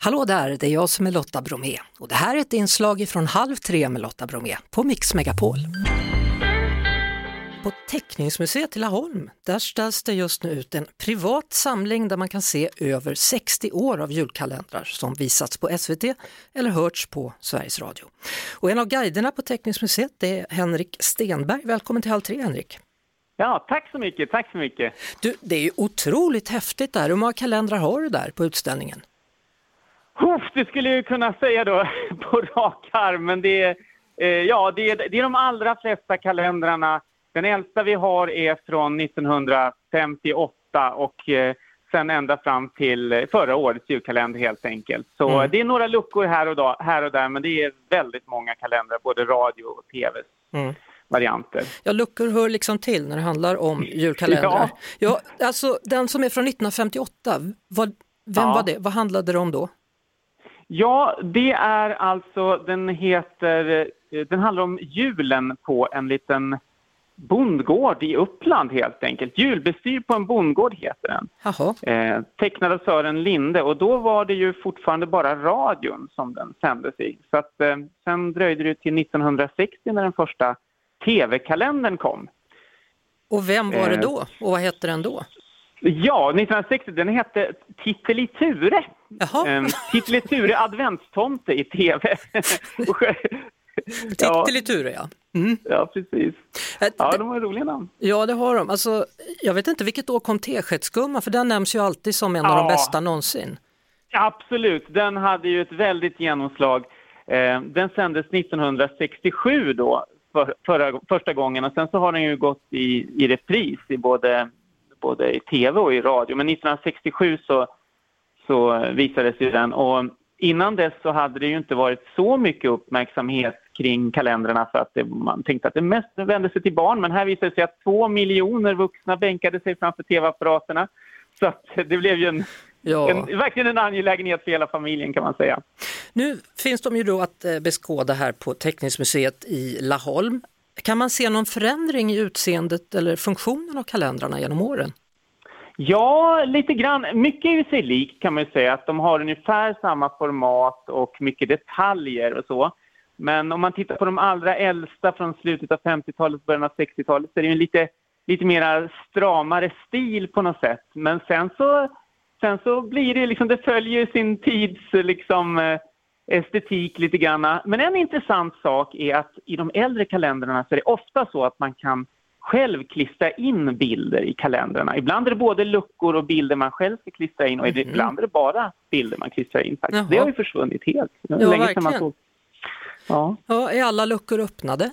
Hallå där, det är jag som är Lotta Bromé och det här är ett inslag från 2:30 med Lotta Bromé på Mix Megapol. På Teckningsmuseet i Laholm, där ställs det just nu ut en privat samling där man kan se över 60 år av julkalendrar som visats på SVT eller hörts på Sveriges Radio. Och en av guiderna på Teckningsmuseet det är Henrik Stenberg. Välkommen till 2:30, Henrik. Ja, tack så mycket. Du, det är ju otroligt häftigt där. Hur många kalendrar har du där på utställningen? Det skulle jag kunna säga då på rak arm, men det är de allra flesta kalendrarna. Den äldsta vi har är från 1958 och sen ända fram till förra årets julkalender helt enkelt. Så det är några luckor här och där, men det är väldigt många kalendrar, både radio och tv. Varianter. Ja, luckor hör liksom till när det handlar om julkalendrar. Ja, alltså den som är från 1958, vem var det? Vad handlade det om då? Ja, det är alltså, den handlar om julen på en liten bondgård i Uppland helt enkelt. Julbestyr på en bondgård heter den. Tecknad av Sören Linde, och då var det ju fortfarande bara radion som den sändes i. Så att sen dröjde det till 1960 när den första tv-kalendern kom. Och vem var det då? Och vad hette den då? Ja, 1960, den hette Titteliture. Titteliture adventstomte i tv. Titteliture, ja. Ja, precis. De har roliga namn. Ja, det har de. Alltså, jag vet inte vilket år kom Teskedsgumma, för den nämns ju alltid som en av de bästa någonsin. Absolut, den hade ju ett väldigt genomslag. Den sändes 1967 då, första gången, och sen så har den ju gått i repris i både i tv och i radio. Men 1967 så visades ju den, och innan dess så hade det ju inte varit så mycket uppmärksamhet kring kalendrarna, för att man tänkte att det mest vände sig till barn. Men här visade det sig att 2 miljoner vuxna bänkade sig framför tv-apparaterna. Så att det blev ju verkligen en angelägenhet för hela familjen, kan man säga. Nu finns de ju då att beskåda här på Teckningsmuseet i Laholm. Kan man se någon förändring i utseendet eller funktionen av kalendrarna genom åren? Ja, lite grann. Mycket är ju sig likt, kan man ju säga. Att de har ungefär samma format och mycket detaljer och så. Men om man tittar på de allra äldsta från slutet av 50-talet, början av 60-talet, så är det ju lite mer stramare stil på något sätt. Men sen så blir det liksom, det följer sin tids liksom estetik lite grann. Men en intressant sak är att i de äldre kalendrarna så är det ofta så att man kan själv klistra in bilder i kalendrarna. Ibland är det både luckor och bilder man själv ska klistra in, och ibland är det bara bilder man klistrar in faktiskt. Jaha. Det har ju försvunnit helt. Ja, verkligen. Ja, är alla luckor öppnade?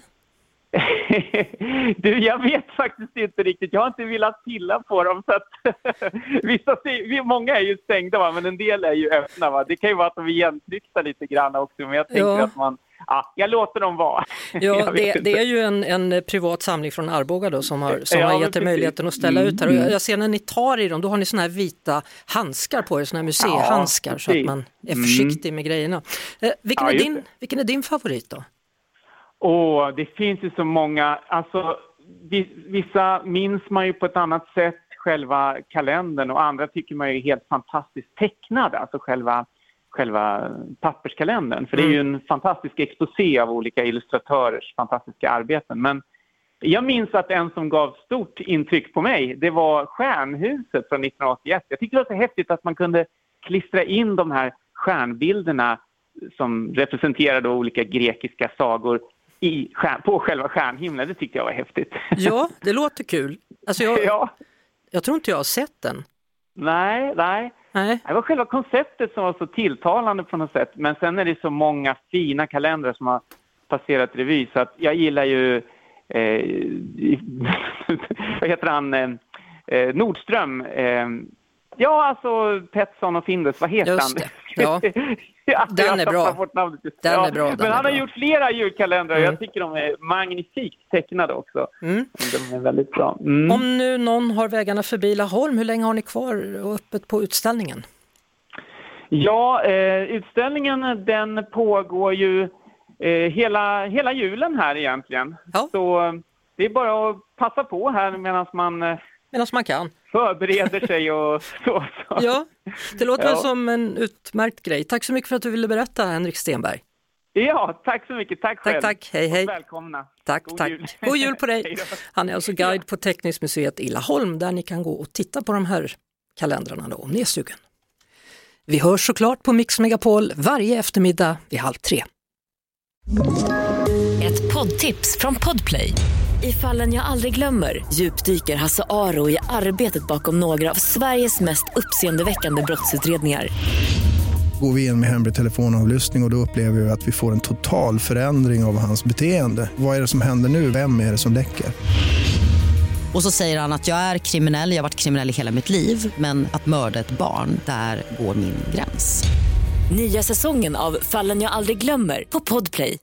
Du, jag vet faktiskt inte riktigt. Jag har inte velat pilla på dem, så att många är ju stängda, va? Men en del är ju öppna. Va? Det kan ju vara att de är igentryckta lite grann också, men jag tänker att jag låter dem vara. Ja, det är ju en privat samling från Arboga då som har gett er möjligheten att ställa ut här. Och jag ser när ni tar i dem, då har ni såna här vita handskar på er, såna här museihandskar, så att man är försiktig med grejerna. Vilken är din favorit då? Det finns ju så många. Alltså, vissa minns man ju på ett annat sätt, själva kalendern, och andra tycker man är helt fantastiskt tecknad, alltså själva papperskalendern. För det är ju en fantastisk exposé av olika illustratörers fantastiska arbeten. Men jag minns att en som gav stort intryck på mig, det var Stjärnhuset från 1981. Jag tyckte det var så häftigt att man kunde klistra in de här stjärnbilderna som representerade olika grekiska sagor på själva stjärnhimlen. Det tyckte jag var häftigt. Ja, det låter kul. Alltså jag tror inte jag har sett den. Nej. Det var själva konceptet som var så tilltalande på något sätt. Men sen är det så många fina kalendrar som har passerat revy. Så att jag gillar ju vad heter han? Nordström. Alltså Petson och Findus. Vad heter han? Ja. Den är bra. Den är bra. Men han har gjort flera julkalendrar. Jag tycker de är magnifikt tecknade också. De är väldigt bra. Om nu någon har vägarna förbi Laholm, hur länge har ni kvar och öppet på utställningen? Ja, utställningen den pågår ju hela julen här egentligen. Ja. Så det är bara att passa på här medan man kan. förbereder sig och så. Ja, det låter som en utmärkt grej. Tack så mycket för att du ville berätta, Henrik Stenberg. Ja, tack så mycket. Tack själv. Tack. Hej. Och välkomna. Tack. Jul. God jul på dig. Han är alltså guide på Tekniska museet i Laholm där ni kan gå och titta på de här kalendrarna då, om ni är sugen. Vi hörs såklart på Mix Megapol varje eftermiddag vid 14:30. Ett poddtips från Podplay. I Fallen jag aldrig glömmer djupdyker Hasse Aro i arbetet bakom några av Sveriges mest uppseendeväckande brottsutredningar. Går vi in med hemlig telefonavlyssning och då upplever vi att vi får en total förändring av hans beteende. Vad är det som händer nu? Vem är det som läcker? Och så säger han att jag är kriminell, jag har varit kriminell i hela mitt liv. Men att mörda ett barn, där går min gräns. Nya säsongen av Fallen jag aldrig glömmer på Podplay.